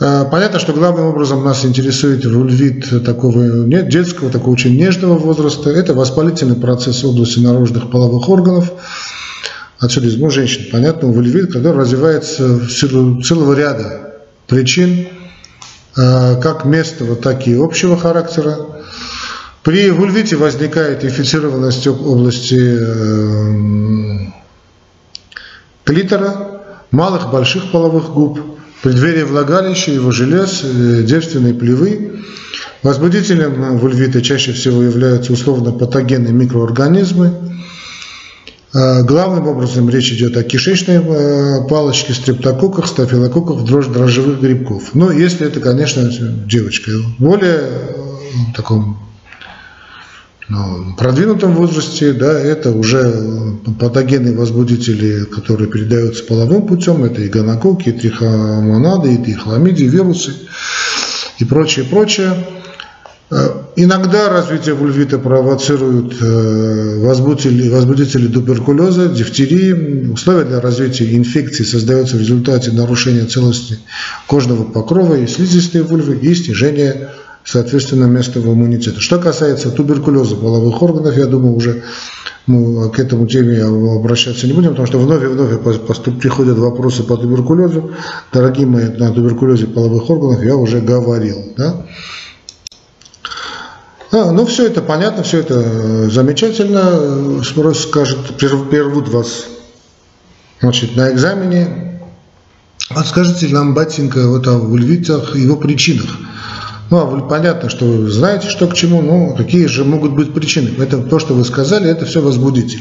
Понятно, что главным образом нас интересует вульвит такого детского, такого очень нежного возраста. Это воспалительный процесс в области наружных половых органов. Отсюда из женщин, понятно, вульвит, который развивается в силу целого ряда причин, как местного, так и общего характера. При вульвите возникает инфицированность области клитора, малых, больших половых губ, преддверие влагалища, его желез, девственной плевы. Возбудителем вульвита чаще всего являются условно-патогенные микроорганизмы. Главным образом речь идет о кишечной палочке, стрептококках, стафилококках, дрожжевых грибков. Но если это, конечно, девочка в более таком продвинутом возрасте, да, это уже патогенные возбудители, которые передаются половым путем, это и гонококки, и трихомонады, и хламидии, вирусы и прочее, прочее. Иногда развитие вульвита провоцируют возбудители туберкулеза, дифтерии. Условия для развития инфекции создаются в результате нарушения целостности кожного покрова и слизистой вульвы и снижения, соответственно, местного иммунитета. Что касается туберкулеза половых органов, я думаю, уже мы к этому теме обращаться не будем, потому что вновь и вновь приходят вопросы по туберкулезу. Дорогие мои, на туберкулезе половых органов я уже говорил. Да? Ну, все это понятно, все это замечательно. Скажут, прервут вас, значит, на экзамене. Вот скажите нам, батенька, вот о вульвитах и его причинах. Ну, понятно, что вы знаете, что к чему, но какие же могут быть причины. Поэтому то, что вы сказали, это все возбудители.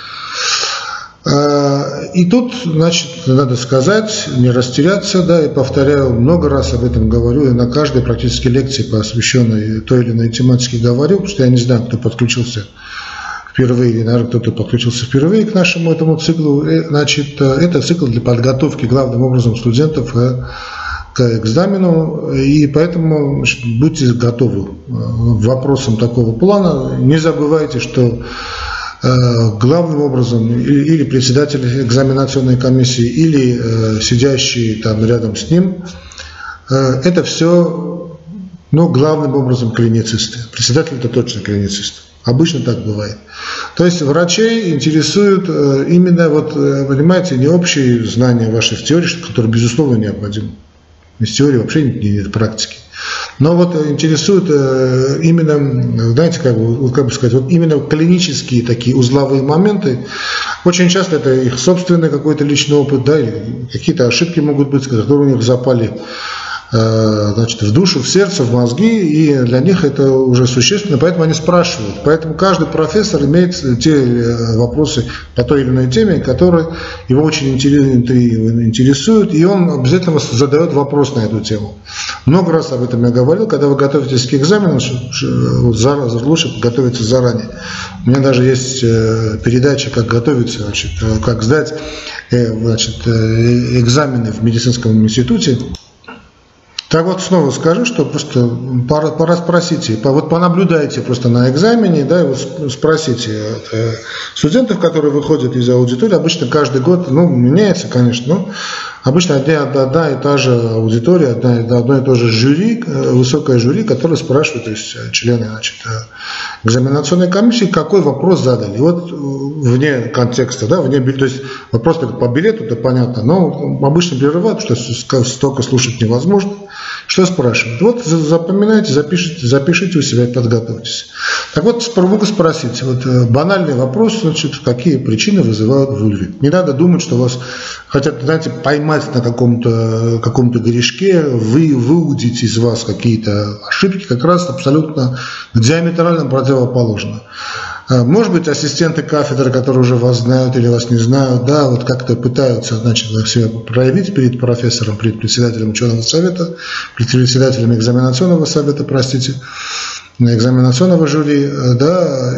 И тут, значит, надо сказать, не растеряться, да, и повторяю, много раз об этом говорю, и на каждой практически лекции, посвященной той или иной тематике, говорю, потому что я не знаю, кто подключился впервые, или, наверное, кто-то подключился впервые к нашему этому циклу. Значит, это цикл для подготовки, главным образом, студентов к экзамену, и поэтому, значит, будьте готовы к вопросам такого плана. Не забывайте, что главным образом или председатель экзаменационной комиссии, или сидящий там рядом с ним, это все, главным образом клиницисты. Председатель это точно клиницист. Обычно так бывает. То есть врачей интересуют именно, понимаете, не общие знания ваши в теории, которые, безусловно, необходимы. Из теории вообще нет практики. Но интересуют именно, знаете, как бы сказать, именно клинические такие узловые моменты. Очень часто это их собственный какой-то личный опыт, да, или какие-то ошибки могут быть, которые у них запали, значит, в душу, в сердце, в мозги, и для них это уже существенно, поэтому они спрашивают. Поэтому каждый профессор имеет те вопросы по той или иной теме, которые его очень интересуют, и он обязательно задает вопрос на эту тему. Много раз об этом я говорил, когда вы готовитесь к экзамену, лучше готовиться заранее. У меня даже есть передача, как готовиться, значит, как сдать, значит, экзамены в медицинском институте. Так вот, снова скажу, что просто пора спросите, понаблюдайте просто на экзамене, да, и спросите студентов, которые выходят из аудитории, обычно каждый год, меняется, конечно, но обычно одна и та же аудитория, одно и то же жюри, высокое жюри, которое спрашивает, то есть члены, значит, экзаменационной комиссии, какой вопрос задали. И вне контекста, да, то есть вопрос по билету, это понятно, но обычно прерывают, что столько слушать невозможно. Что спрашивают? Запоминайте, запишите у себя и подготовьтесь. Так могу спросить, банальный вопрос, значит, какие причины вызывают вульвит. Не надо думать, что вас хотят, знаете, поймать на каком-то грешке, выудить из вас какие-то ошибки, как раз абсолютно диаметрально противоположно. Может быть, ассистенты кафедры, которые уже вас знают или вас не знают, да, как-то пытаются, значит, себя проявить перед профессором, перед председателем ученого совета, перед председателем экзаменационного совета, экзаменационного жюри, да,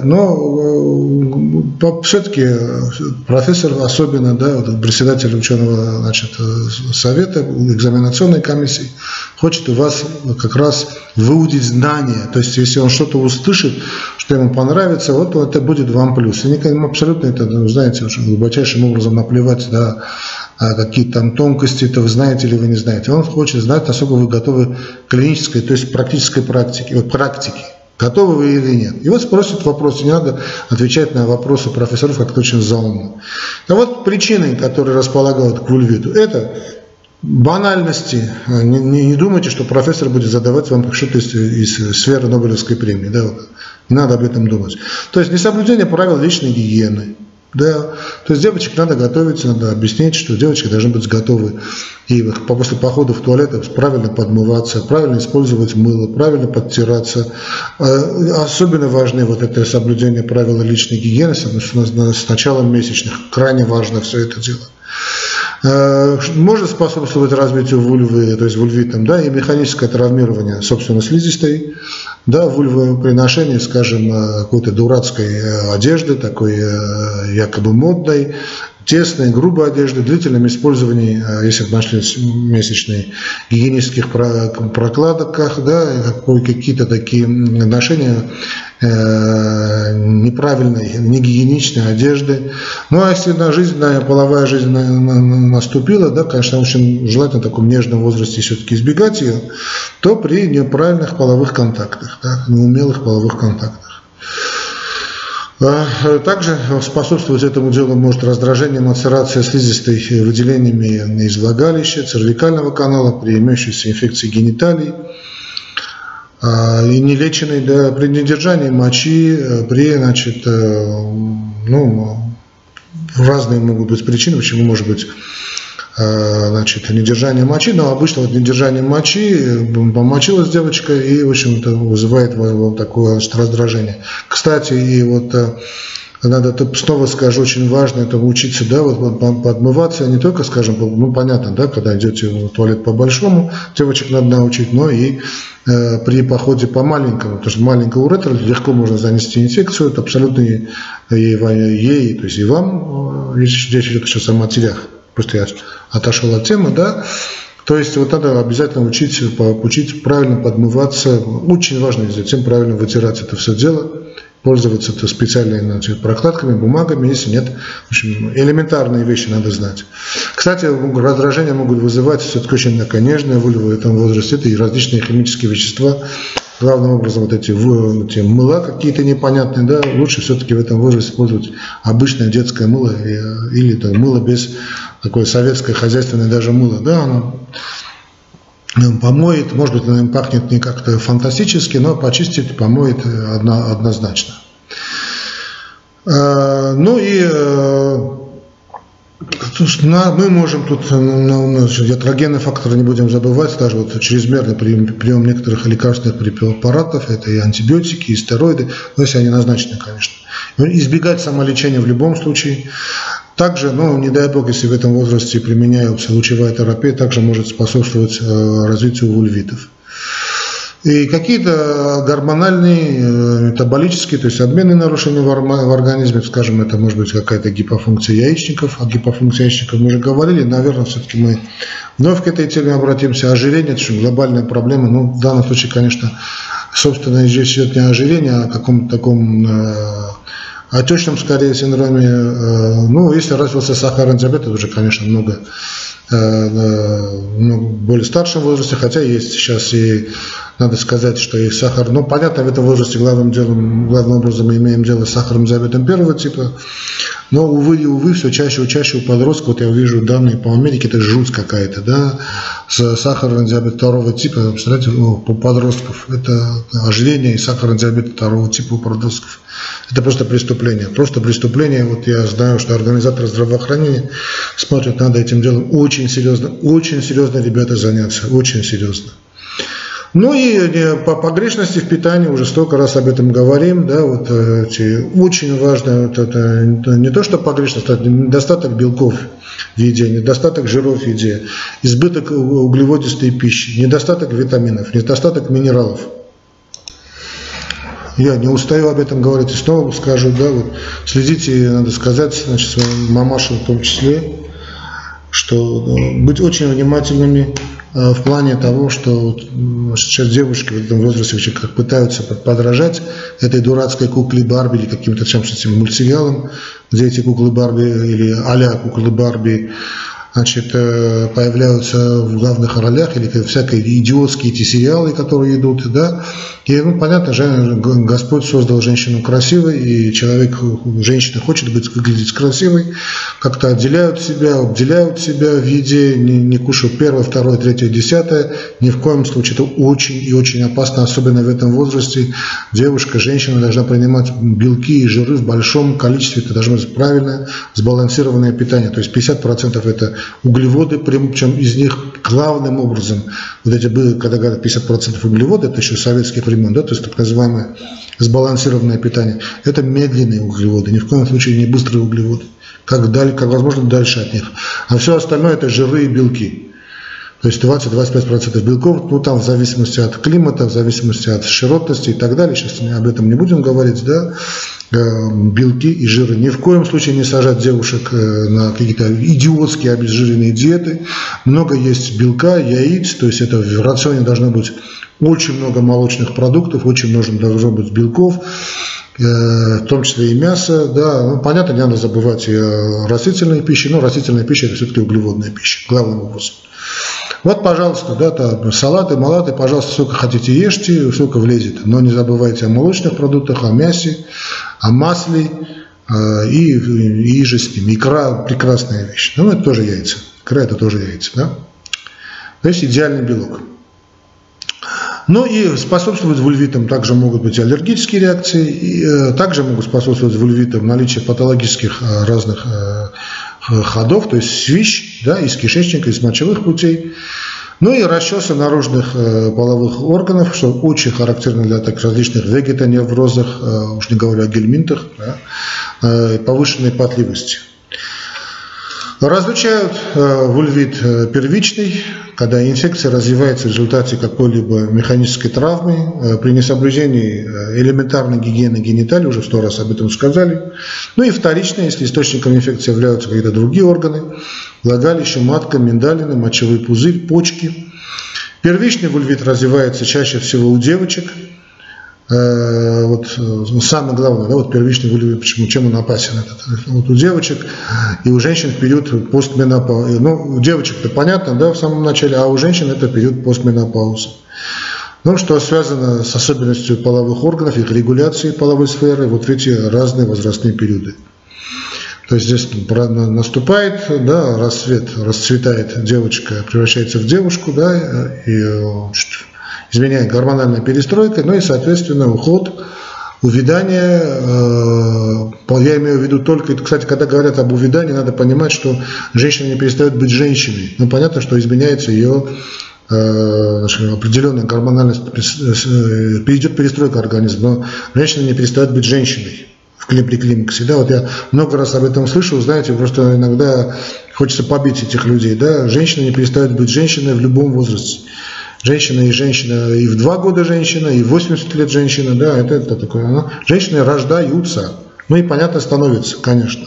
но все-таки профессор, особенно, да, председатель ученого, значит, совета, экзаменационной комиссии, хочет у вас как раз выудить знания. То есть, если он что-то услышит, что ему понравится, это будет вам плюс. И абсолютно это, знаете, очень глубочайшим образом наплевать, да, какие-то там тонкости, это вы знаете или вы не знаете. Он хочет знать, насколько вы готовы к клинической, то есть практической практике. Готовы вы или нет? И вот спросят вопросы, не надо отвечать на вопросы профессоров как-то очень заумно. А вот причины, которые располагают к вульвиту, это банальности. Не думайте, что профессор будет задавать вам что-то из сферы Нобелевской премии. Да, вот. Не надо об этом думать. То есть несоблюдение правил личной гигиены. Да, то есть девочек надо готовиться, надо объяснить, что девочки должны быть готовы и после похода в туалет правильно подмываться, правильно использовать мыло, правильно подтираться. Особенно важны вот это соблюдение правил личной гигиены с началом месячных. Крайне важно все это дело. Может способствовать развитию вульвы, то есть вульвитам, да, и механическое травмирование, собственно, слизистой, да, вульвы при ношении, скажем, какой-то дурацкой одежды, такой якобы модной, тесной, грубой одежды, длительном использовании, если нашли месячные, гигиенических прокладках, да, какие-то такие ношения неправильной, негигиеничной одежды. Ну, а если половая жизнь наступила, да, конечно, очень желательно в таком нежном возрасте все-таки избегать ее, то при неправильных половых контактах, да, неумелых половых контактах. Также способствовать этому делу может раздражение, мацерация слизистой выделениями из влагалища, цервикального канала при имеющейся инфекции гениталий, и нелеченной, да, при недержании мочи, при, значит, разные могут быть причины, почему может быть, значит, недержание мочи, но обычно вот недержание мочи, помочилась девочка и, в общем-то, вызывает вот такое, значит, раздражение. Кстати, и вот надо, снова скажу, очень важно это учиться, да, вот подмываться, не только, скажем, ну, понятно, да, когда идете в туалет по-большому, девочек надо научить, но и при походе по маленькому, потому что маленького уретра легко можно занести инфекцию, это абсолютно ей, то есть и вам, если речь идет сейчас о матерях, просто я отошел от темы, да, то есть вот надо обязательно учить правильно подмываться, очень важно затем правильно вытирать это все дело, пользоваться специальными, значит, прокладками, бумагами, если нет, в общем, элементарные вещи надо знать. Кстати, раздражения могут вызывать все-таки очень такая нежная вульва в этом возрасте, это и различные химические вещества, главным образом вот эти мыла какие-то непонятные, да, лучше все-таки в этом возрасте использовать обычное детское мыло или то, мыло без такое советское хозяйственное даже мыло, да, оно помоет, может быть, оно пахнет не как-то фантастически, но почистить помоет однозначно. Ну и мы можем тут, ятрогенные факторы не будем забывать, даже вот чрезмерный прием некоторых лекарственных препаратов, это и антибиотики, и стероиды, но если они назначены, конечно. Избегать самолечения в любом случае. Также, ну, не дай бог, если в этом возрасте применяется лучевая терапия, также может способствовать развитию вульвитов. И какие-то гормональные, метаболические, то есть обменные нарушения в организме, скажем, это может быть какая-то гипофункция яичников. О гипофункции яичников мы уже говорили, наверное, все-таки мы вновь к этой теме обратимся. Ожирение – это очень глобальная проблема, но в данном случае, конечно, собственно, здесь идет не ожирение, а о каком-то таком отечном, скорее, синдроме. Ну, если развился сахарный диабет, это уже, конечно, много более старшем возрасте, хотя есть сейчас и, надо сказать, что и сахар, ну, понятно, в этом возрасте главным образом мы имеем дело с сахарным диабетом первого типа, но, увы и увы, все чаще и чаще у подростков, вот я вижу данные по Америке, это жуть какая-то, да, с сахарным диабетом второго типа, представляете, у подростков, это ожирение и сахарный диабет второго типа у подростков. Это просто преступление. Просто преступление. Вот я знаю, что организаторы здравоохранения смотрят, надо этим делом очень серьезно, ребята, заняться. Очень серьезно. Ну и по погрешности в питании, уже столько раз об этом говорим, да, вот очень важно, вот это не то, что погрешность, это недостаток белков в еде, недостаток жиров в еде, избыток углеводистой пищи, недостаток витаминов, недостаток минералов. Я не устаю об этом говорить и снова скажу, да, вот следите, надо сказать, значит, своим мамашам в том числе, что быть очень внимательными в плане того, что сейчас девушки в этом возрасте вообще как пытаются подражать этой дурацкой кукле Барби или каким-то чем-то мультсериалам, где эти куклы Барби или а-ля куклы Барби значит, появляются в главных ролях, или всякие идиотские эти сериалы, которые идут, да. И, ну, понятно же, Господь создал женщину красивой, и женщина хочет выглядеть красивой, как-то отделяют себя, обделяют себя в еде, не кушают первое, второе, третье, десятое. Ни в коем случае это очень и очень опасно, особенно в этом возрасте. Девушка, женщина должна принимать белки и жиры в большом количестве, это должно быть правильное, сбалансированное питание. То есть 50% это углеводы, причем из них главным образом, вот эти были, когда говорят 50% углеводы, это еще советские времен, да, то есть так называемое сбалансированное питание, это медленные углеводы, ни в коем случае не быстрые углеводы, как возможно дальше от них. А все остальное это жиры и белки. То есть 20-25% белков, ну там в зависимости от климата, в зависимости от широтности и так далее, сейчас мы об этом не будем говорить, да, белки и жиры. Ни в коем случае не сажать девушек на какие-то идиотские обезжиренные диеты. Много есть белка, яиц, то есть это в рационе должно быть очень много молочных продуктов, очень много должно быть белков, в том числе и мясо, да. Ну, понятно, не надо забывать и о растительной пище, но растительная пища это все-таки углеводная пища, главным образом. Вот, пожалуйста, да, там салаты, малаты, пожалуйста, сколько хотите ешьте, сколько влезет, но не забывайте о молочных продуктах, о мясе, о масле и же с ним. Икра – прекрасная вещь, ну, это тоже яйца, икра – это тоже яйца, да. То есть идеальный белок. Ну и способствовать вульвитам также могут быть аллергические реакции, и также могут способствовать вульвитам наличие патологических разных ходов, то есть свищ, да, из кишечника, из мочевых путей. Ну и расчесы наружных половых органов, что очень характерно для так различных вегетоневрозах, уж не говоря о гельминтах, да, повышенной потливости. Различают вульвит первичный, когда инфекция развивается в результате какой-либо механической травмы, при несоблюдении элементарной гигиены гениталий, уже 100 раз об этом сказали. Ну и вторичный, если источником инфекции являются какие-то другие органы, влагалище, матка, миндалины, мочевой пузырь, почки. Первичный вульвит развивается чаще всего у девочек. Вот самое главное, да, вот первичный вульвит, почему, чем он опасен этот? Вот у девочек и у женщин в период постменопаузы. Ну, у девочек-то понятно, да, в самом начале, а у женщин это период постменопаузы. Ну, что связано с особенностью половых органов, их регуляции половой сферы, вот в эти разные возрастные периоды. То есть здесь наступает, да, рассвет, расцветает девочка, превращается в девушку, да, и изменяет гормональная перестройка, ну и, соответственно, уход, увядание, я имею в виду только, кстати, когда говорят об увядании, надо понимать, что женщина не перестает быть женщиной. Ну, понятно, что изменяется ее определенная гормональная, идет перестройка организма, но женщина не перестает быть женщиной при климаксе. Да, вот я много раз об этом слышал, знаете, просто иногда хочется побить этих людей. Да? Женщина не перестает быть женщиной в любом возрасте. Женщина и в 2 года женщина, и в 80 лет женщина, да, это такое. Женщины рождаются, ну и понятно становится, конечно.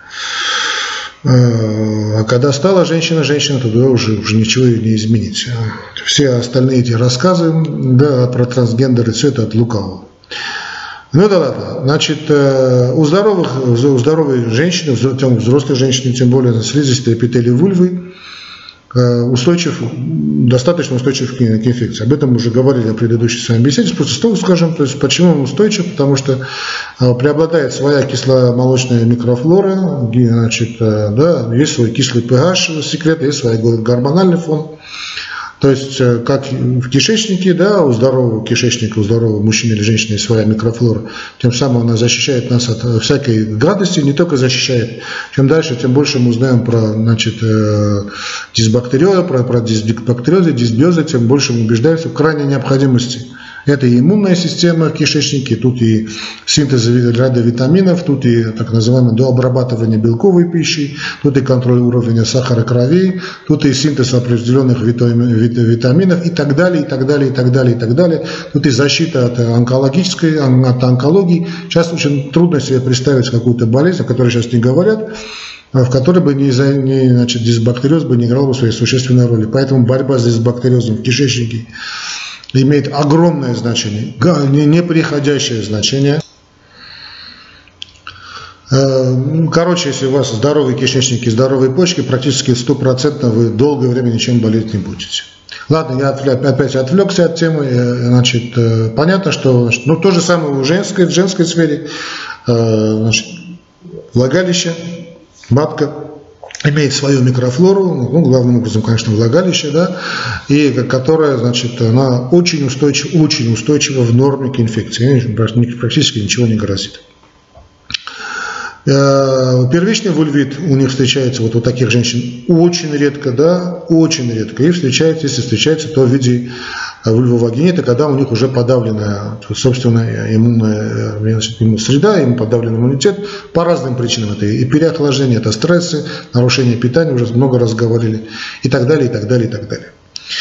А когда стала женщина, тогда уже ничего не изменить. Все остальные эти рассказы, да, про трансгендеры, все это от лукавого. Ну да ладно, значит, у здоровой женщины, у взрослой женщины, тем более слизистые эпителий вульвы, достаточно устойчив к инфекции. Об этом мы уже говорили в предыдущей с вами беседе. Просто снова скажем, то есть почему он устойчив, потому что преобладает своя кисломолочная микрофлора, значит, да, есть свой кислый pH секрет, есть свой гормональный фон. То есть, как в кишечнике, да, у здорового кишечника, у здорового мужчины или женщины есть своя микрофлора, тем самым она защищает нас от всякой гадости, не только защищает. Чем дальше, тем больше мы узнаем про, значит, дисбактериозы, про дисбиозы, тем больше мы убеждаемся в крайней необходимости. Это и иммунная система в кишечнике, тут и синтез ряда витаминов, тут и так называемое дообрабатывание белковой пищи, тут и контроль уровня сахара крови, тут и синтез определенных витаминов и так далее, и так далее, и так далее, и так далее. Тут и защита от онкологии. Сейчас очень трудно себе представить какую-то болезнь, о которой сейчас не говорят, в которой бы значит, дисбактериоз бы не играл бы своей существенной роли. Поэтому борьба с дисбактериозом в кишечнике имеет огромное значение, непреходящее значение. Короче, если у вас здоровые кишечники, здоровые почки, практически 100% вы долгое время ничем болеть не будете. Ладно, я опять отвлекся от темы. Значит, понятно, что то же самое в женской сфере. Значит, влагалище, матка имеет свою микрофлору, главным образом, конечно, влагалище, да, и которая, значит, она очень устойчива в норме к инфекции, практически ничего не грозит. Первичный вульвит у них встречается, вот у таких женщин, очень редко, да, очень редко. И встречается, если встречается, то в виде вульвовагинита, когда у них уже подавлена собственная иммунная среда, им подавлен иммунитет по разным причинам. Это и переохлаждение, это стрессы, нарушение питания, уже много раз говорили, и так далее, и так далее, и так далее.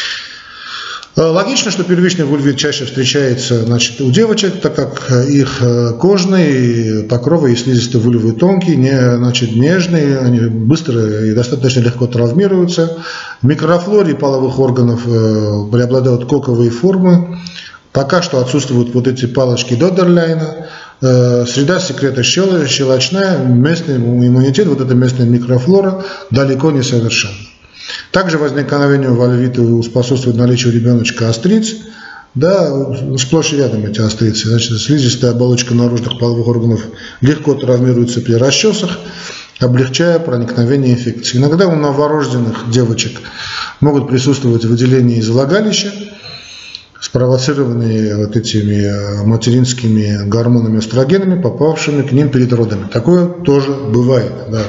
Логично, что первичный вульвит чаще встречается, значит, у девочек, так как их кожные покровы и слизистые вульвы тонкие, значит, нежные, они быстро и достаточно легко травмируются. В микрофлоре половых органов преобладают коковые формы. Пока что отсутствуют вот эти палочки Додерляйна. Среда секрета щелочная, местный иммунитет, вот эта местная микрофлора далеко не совершенна. Также возникновению вульвита способствует наличие у ребеночка остриц, да, сплошь и рядом эти острицы. Значит, слизистая оболочка наружных половых органов легко травмируется при расчесах, облегчая проникновение инфекции. Иногда у новорожденных девочек могут присутствовать выделения из влагалища, спровоцированные вот этими материнскими гормонами, эстрогенами, попавшими к ним перед родами. Такое тоже бывает, да.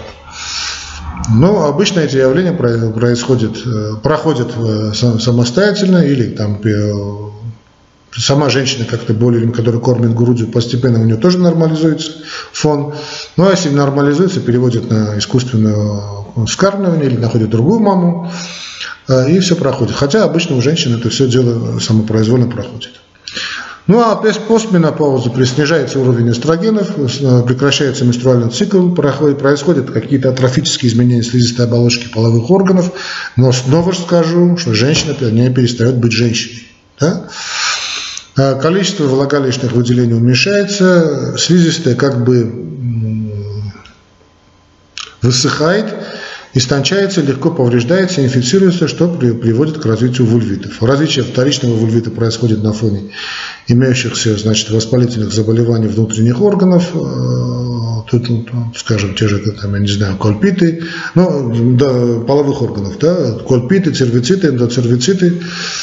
Но обычно эти явления проходят самостоятельно, или там сама женщина как-то более, которая кормит грудью, постепенно у нее тоже нормализуется фон. Ну а если нормализуется, переводят на искусственное вскармливание или находят другую маму, и все проходит. Хотя обычно у женщин это все дело самопроизвольно проходит. Ну а после менопаузы снижается уровень эстрогенов, прекращается менструальный цикл, происходят какие-то атрофические изменения слизистой оболочки половых органов, но снова скажу, что женщина не перестает быть женщиной. Да? Количество влагалищных выделений уменьшается, слизистая как бы высыхает, истончается, легко повреждается, инфицируется, что приводит к развитию вульвитов. Развитие вторичного вульвита происходит на фоне имеющихся, значит, воспалительных заболеваний внутренних органов, тут, скажем, те же, там, я не знаю, кольпиты, ну, да, половых органов, да, кольпиты, цервициты, эндоцервициты,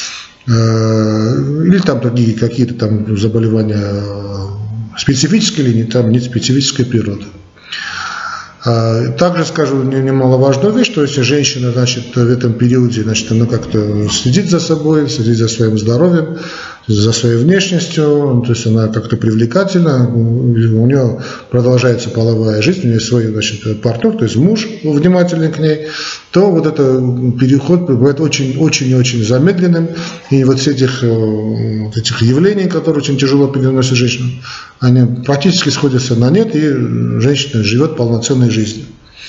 или там другие какие-то там заболевания специфические или там нет специфической природы. Также скажу немаловажную вещь, что если женщина, значит, в этом периоде, значит, она как-то следит за собой, следит за своим здоровьем, за своей внешностью, то есть она как-то привлекательна, у нее продолжается половая жизнь, у нее свой, значит, партнер, то есть муж внимательный к ней, то вот этот переход бывает очень замедленным, и вот этих явлений, которые очень тяжело переносят женщину, они практически сходятся на нет, и женщина живет полноценной жизнью.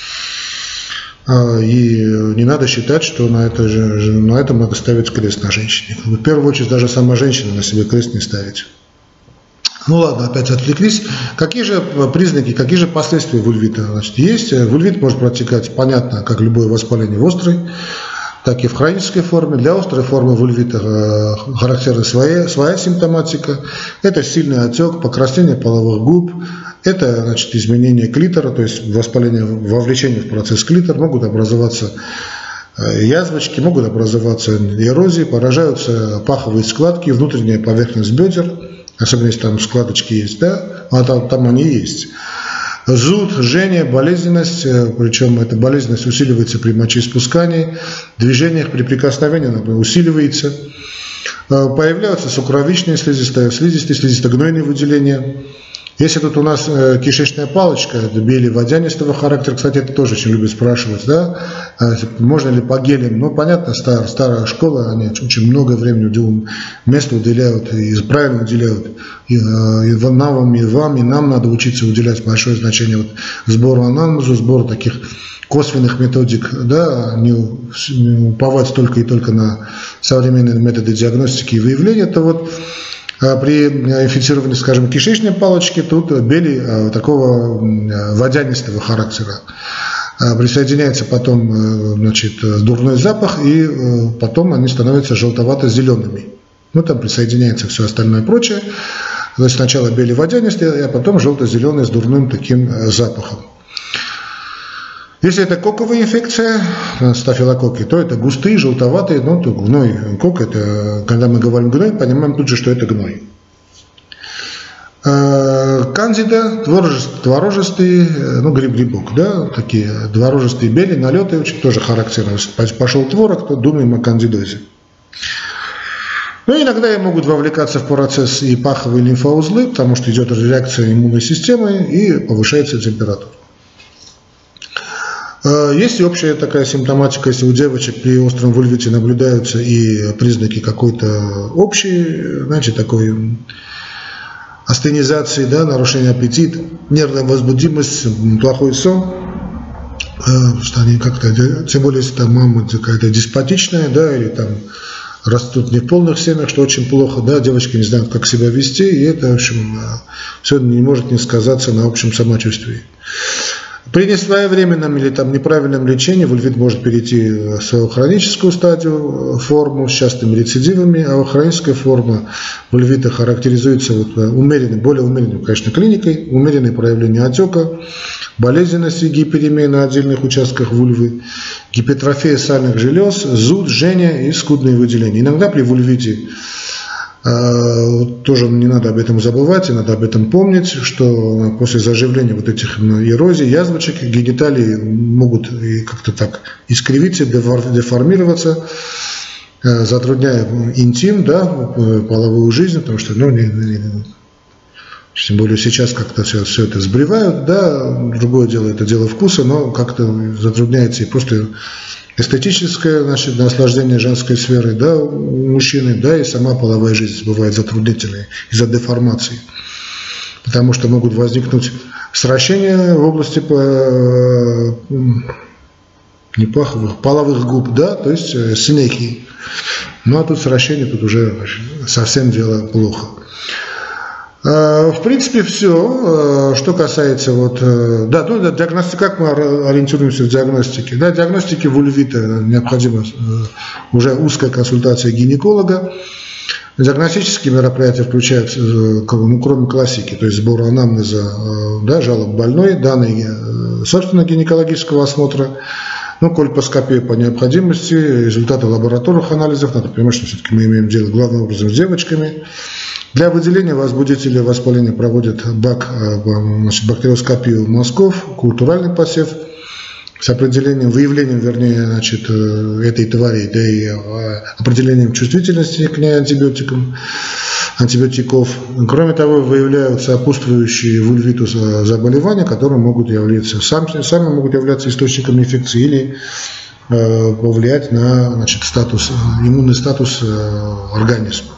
И не надо считать, что на этом надо ставить крест на женщине. В первую очередь даже сама женщина на себе крест не ставит. Ну ладно, опять отвлеклись. Какие же признаки, какие же последствия вульвита? Значит, есть. Вульвит может протекать, понятно, как любое воспаление в острой, так и в хронической форме. Для острой формы вульвита характерна своя симптоматика. Это сильный отек, покраснение половых губ. Это, значит, изменение клитора, то есть воспаление, вовлечение в процесс клитора, могут образоваться язвочки, могут образоваться эрозии, поражаются паховые складки, внутренняя поверхность бедер, особенно если там складочки есть, да, а там они есть. Зуд, жжение, болезненность, причем эта болезненность усиливается при мочеиспускании, движениях при прикосновении она усиливается. Появляются сукровичные слизисто-гнойные выделения. Если тут у нас кишечная палочка, это беле-водянистого характера, кстати, это тоже очень любят спрашивать, да, можно ли по гелям, ну, понятно, старая школа, они очень много времени, места уделяют, и правильно уделяют, и вам, и нам надо учиться уделять большое значение вот сбору анамнезу, сбору таких косвенных методик, да, не уповать только и только на современные методы диагностики и выявления, это вот При инфицировании, скажем, кишечной палочки, тут бели такого водянистого характера. Присоединяется потом, значит, дурной запах, и потом они становятся желтовато-зелеными. Ну, там присоединяется все остальное прочее. То есть сначала бели водянистые, а потом желто-зеленые с дурным таким запахом. Если это коковая инфекция, стафилококки, то это густые, желтоватые, ну, то гной. Кок, это, когда мы говорим гной, понимаем тут же, что это гной. Кандида, творожистые, ну, грибок, да, такие творожистые бели, налеты, очень тоже характерно. Пошел творог, то думаем о кандидозе. Ну, иногда могут вовлекаться в процесс и паховые лимфоузлы, потому что идет реакция иммунной системы и повышается температура. Есть и общая такая симптоматика, если у девочек при остром вульвите наблюдаются и признаки какой-то общей, значит, такой астенизации, да, нарушение аппетита, нервная возбудимость, плохой сон, что они как-то, тем более если там мама какая-то деспотичная, да, или там растут не в полных семьях, что очень плохо, да, девочки не знают, как себя вести, и это, в общем, все не может не сказаться на общем самочувствии. При несвоевременном или там неправильном лечении вульвит может перейти в свою хроническую стадию, форму с частыми рецидивами, а хроническая форма вульвита характеризуется вот более умеренной, конечно, клиникой, умеренное проявление отека, болезненности, гиперемии на отдельных участках вульвы, гипертрофия сальных желез, зуд, жжение и скудные выделения. Иногда при вульвите тоже не надо об этом забывать, и надо об этом помнить, что после заживления вот этих эрозий, язвочек, гениталии могут как-то так искривиться, деформироваться, затрудняя интим, да, половую жизнь, потому что, ну, тем более сейчас как-то все это сбривают, да, другое дело, это дело вкуса, но как-то затрудняется и просто эстетическое, значит, наслаждение женской сферы, да, у мужчины, да, и сама половая жизнь бывает затруднительной из-за деформации, потому что могут возникнуть сращения в области не паховых, половых губ, да, то есть синехии. Ну а тут сращение, тут уже совсем дело плохо. В принципе, все, что касается вот, да, ну, диагностика, как мы ориентируемся в диагностике. Да, диагностике вульвита необходима уже узкая консультация гинеколога. Диагностические мероприятия включают, ну, кроме классики, то есть сбора анамнеза, да, жалоб больной, данные, собственно, гинекологического осмотра, ну, кольпоскопия по необходимости, результаты лабораторных анализов. Надо понимать, что все-таки мы имеем дело главным образом с девочками. Для выделения возбудителя воспаления проводят бактериоскопию мазков, культуральный посев с определением, выявлением, вернее, значит, этой твари, да и определением чувствительности к ней антибиотиков. Кроме того, выявляют сопутствующие вульвиту заболевания, которые могут являться, сами могут являться источником инфекции или повлиять на, значит, иммунный статус организма.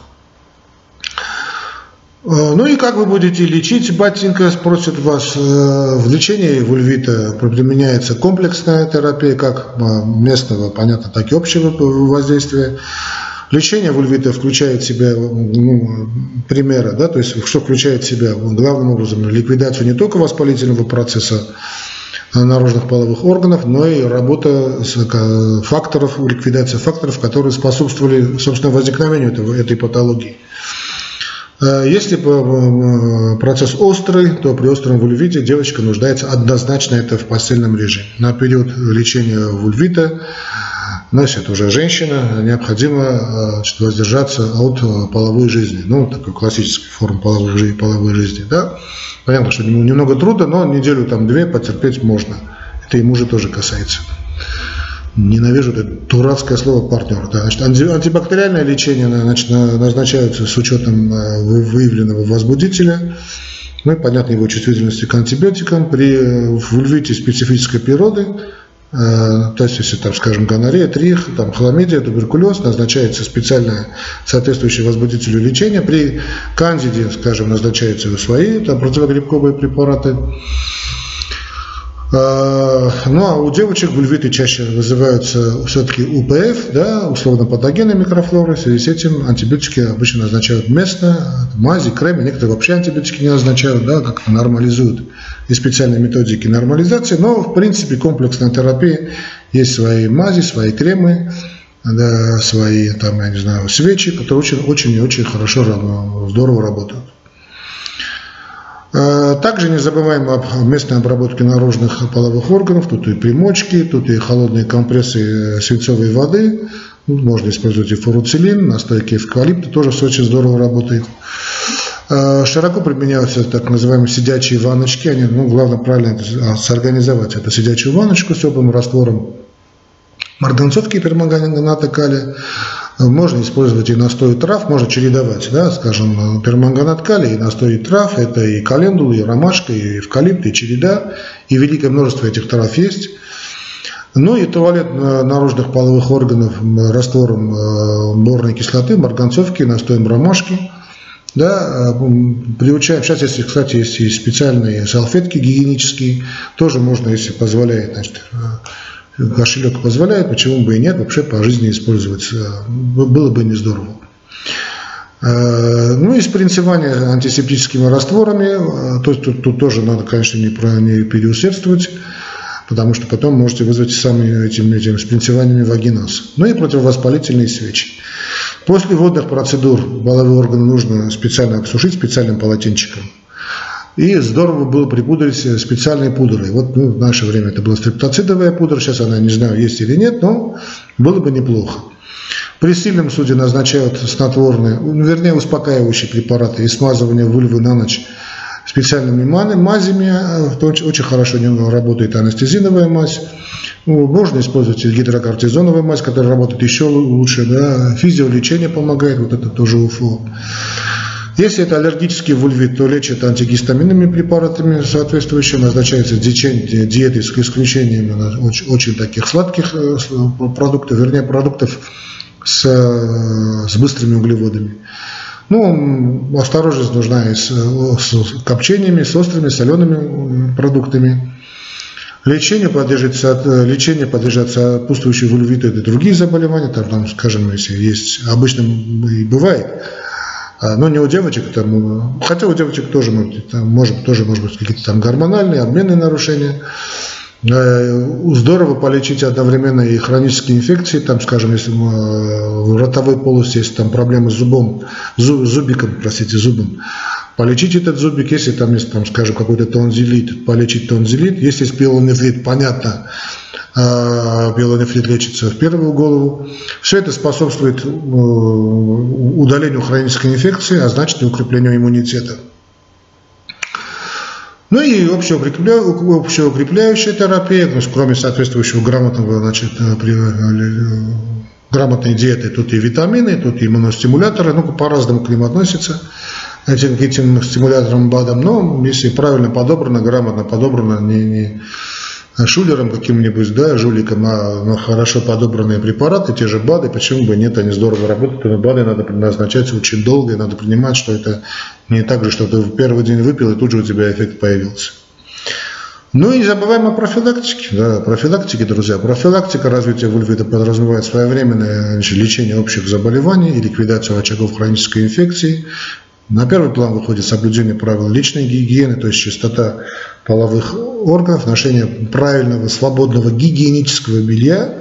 Ну и как вы будете лечить, батенька, спросят вас. В лечении вульвита применяется комплексная терапия, как местного, понятно, так и общего воздействия. Лечение вульвита включает в себя, ну, примеры, да, то есть что включает в себя главным образом ликвидацию не только воспалительного процесса наружных половых органов, но и работа факторов, ликвидация факторов, которые способствовали, собственно, возникновению этой патологии. Если процесс острый, то при остром вульвите девочка нуждается однозначно это в постельном режиме. На период лечения вульвита, значит, это уже женщина, необходимо, значит, воздержаться от половой жизни. Ну, такой классической формы половой жизни. Да? Понятно, что немного трудно, но неделю, там, две потерпеть можно. Это и мужа тоже касается. Ненавижу это дурацкое слово партнер. Да. Значит, антибактериальное лечение, значит, назначается с учетом выявленного возбудителя, ну и, понятно, его чувствительности к антибиотикам. При вульвите специфической природы, то есть, если, там, скажем, гонорея, трих, там, хламидия, туберкулез, назначается специальное соответствующее возбудителю лечение. При кандиде, скажем, назначаются свои там, противогрибковые препараты. Ну, а у девочек бульвиты чаще вызываются все-таки УПФ, да, условно-патогенной микрофлоры. В связи с этим антибиотики обычно назначают местно, мази, кремы. Некоторые вообще антибиотики не назначают, да, как-то нормализуют. И специальные методики нормализации. Но, в принципе, комплексная терапия. Есть свои мази, свои кремы, да, свои, там, я не знаю, свечи, которые очень и очень хорошо, здорово работают. Также не забываем об местной обработке наружных половых органов. Тут и примочки, тут и холодные компрессы свинцовой воды. Можно использовать и фуруцилин, настойки эвкалипта, тоже очень здорово работает. Широко применяются так называемые сидячие ванночки. Они, главное правильно сорганизовать эту сидячую ванночку с теплым раствором марганцовки и перманганата калия. Можно использовать и настой трав, можно чередовать, да, скажем, перманганат калия и настой трав, это и календула, и ромашка, и эвкалипт, и череда, и великое множество этих трав есть. Ну и туалет наружных половых органов раствором борной кислоты, марганцовки, настоем ромашки. Да, приучаем. Сейчас, если, кстати, есть и специальные салфетки гигиенические, тоже можно, если позволяет, значит, кошелек позволяет, почему бы и нет, вообще по жизни использовать было бы не здорово. Ну и спринцевание антисептическими растворами, тут тоже надо, конечно, не переусердствовать, потому что потом можете вызвать самими этими спринцеваниями вагиноз. Ну и противовоспалительные свечи. После водных процедур половые органы нужно специально обсушить специальным полотенчиком. И здорово было припудрить специальной пудрой. Вот, в наше время это была стрептоцидовая пудра, сейчас она, не знаю, есть или нет, но было бы неплохо. При сильном суде назначают снотворные, вернее успокаивающие препараты и смазывание вульвы на ночь специальными мазями. Очень хорошо работает анестезиновая мазь. Можно использовать гидрокортизоновую мазь, которая работает еще лучше. Да. Физиолечение помогает, вот это тоже УФО. Если это аллергический вульвит, то лечат антигистаминными препаратами соответствующими, назначается диеты с исключением очень таких сладких продуктов, вернее продуктов с быстрыми углеводами. Ну, осторожность нужна и с копчениями, с острыми, солеными продуктами. Лечение подлежат сопутствующие вульвиты и другие заболевания, там, скажем, если есть, обычно и бывает, но не у девочек, хотя у девочек тоже может быть какие-то там гормональные, обменные нарушения. Здорово полечить одновременно и хронические инфекции, там, скажем, если в ротовой полости есть там проблемы с зубом, полечить этот зубик, если там есть, там, скажем, какой-то тонзиллит, полечить тонзиллит, если есть пиелонефрит, понятно, пиелонефрит лечится в первую голову. Все это способствует удалению хронической инфекции, а значит и укреплению иммунитета. Ну и общеукрепляющая терапия, кроме соответствующего грамотной диеты, тут и витамины, тут и иммуностимуляторы, по-разному к ним относятся, этим стимуляторам БАДам, но если правильно подобрано, грамотно подобрано, не шулером каким-нибудь, да, жуликом, а хорошо подобранные препараты, те же БАДы, почему бы нет, они здорово работают, но БАДы надо назначать очень долго, и надо понимать, что это не так же, что ты в первый день выпил, и тут же у тебя эффект появился. Ну и не забываем о профилактике, да, друзья. Профилактика развития вульвита подразумевает своевременное лечение общих заболеваний и ликвидацию очагов хронической инфекции. На первый план выходит соблюдение правил личной гигиены, то есть чистота половых органов, ношение правильного, свободного гигиенического белья,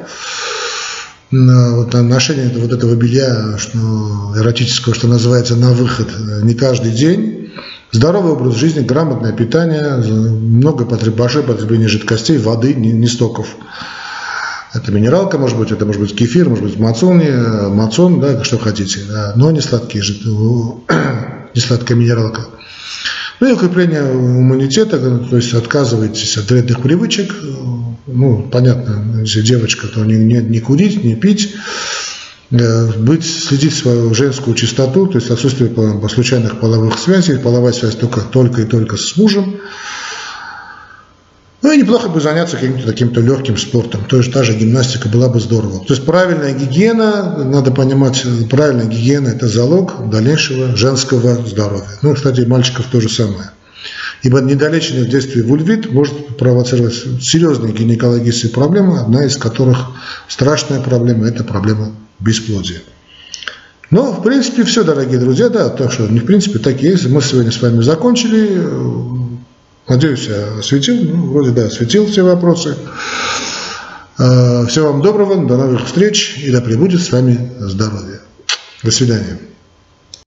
ношение этого белья эротического, что называется, на выход не каждый день, здоровый образ жизни, грамотное питание, большое потребление жидкостей, воды, не стоков. Это минералка, может быть, это может быть кефир, может быть мацон, да, что хотите, да, но не сладкая минералка. Ну и укрепление иммунитета, то есть отказываетесь от вредных привычек. Понятно, если девочка, то не курить, не пить, следить свою женскую чистоту, то есть отсутствие случайных половых связей, половая связь только и только с мужем. Ну и неплохо бы заняться каким-то легким спортом, то есть та же гимнастика была бы здорово. То есть правильная гигиена, надо понимать, правильная гигиена – это залог дальнейшего женского здоровья. Кстати, мальчиков то же самое. Ибо недолеченный в детстве вульвит может провоцировать серьезные гинекологические проблемы, одна из которых страшная проблема – это проблема бесплодия. Но, в принципе, все, дорогие друзья, да, так что, в принципе, так и есть. Мы сегодня с вами закончили. Надеюсь, я осветил, вроде, да, осветил все вопросы. Всего вам доброго, до новых встреч, и да пребудет с вами здоровье. До свидания.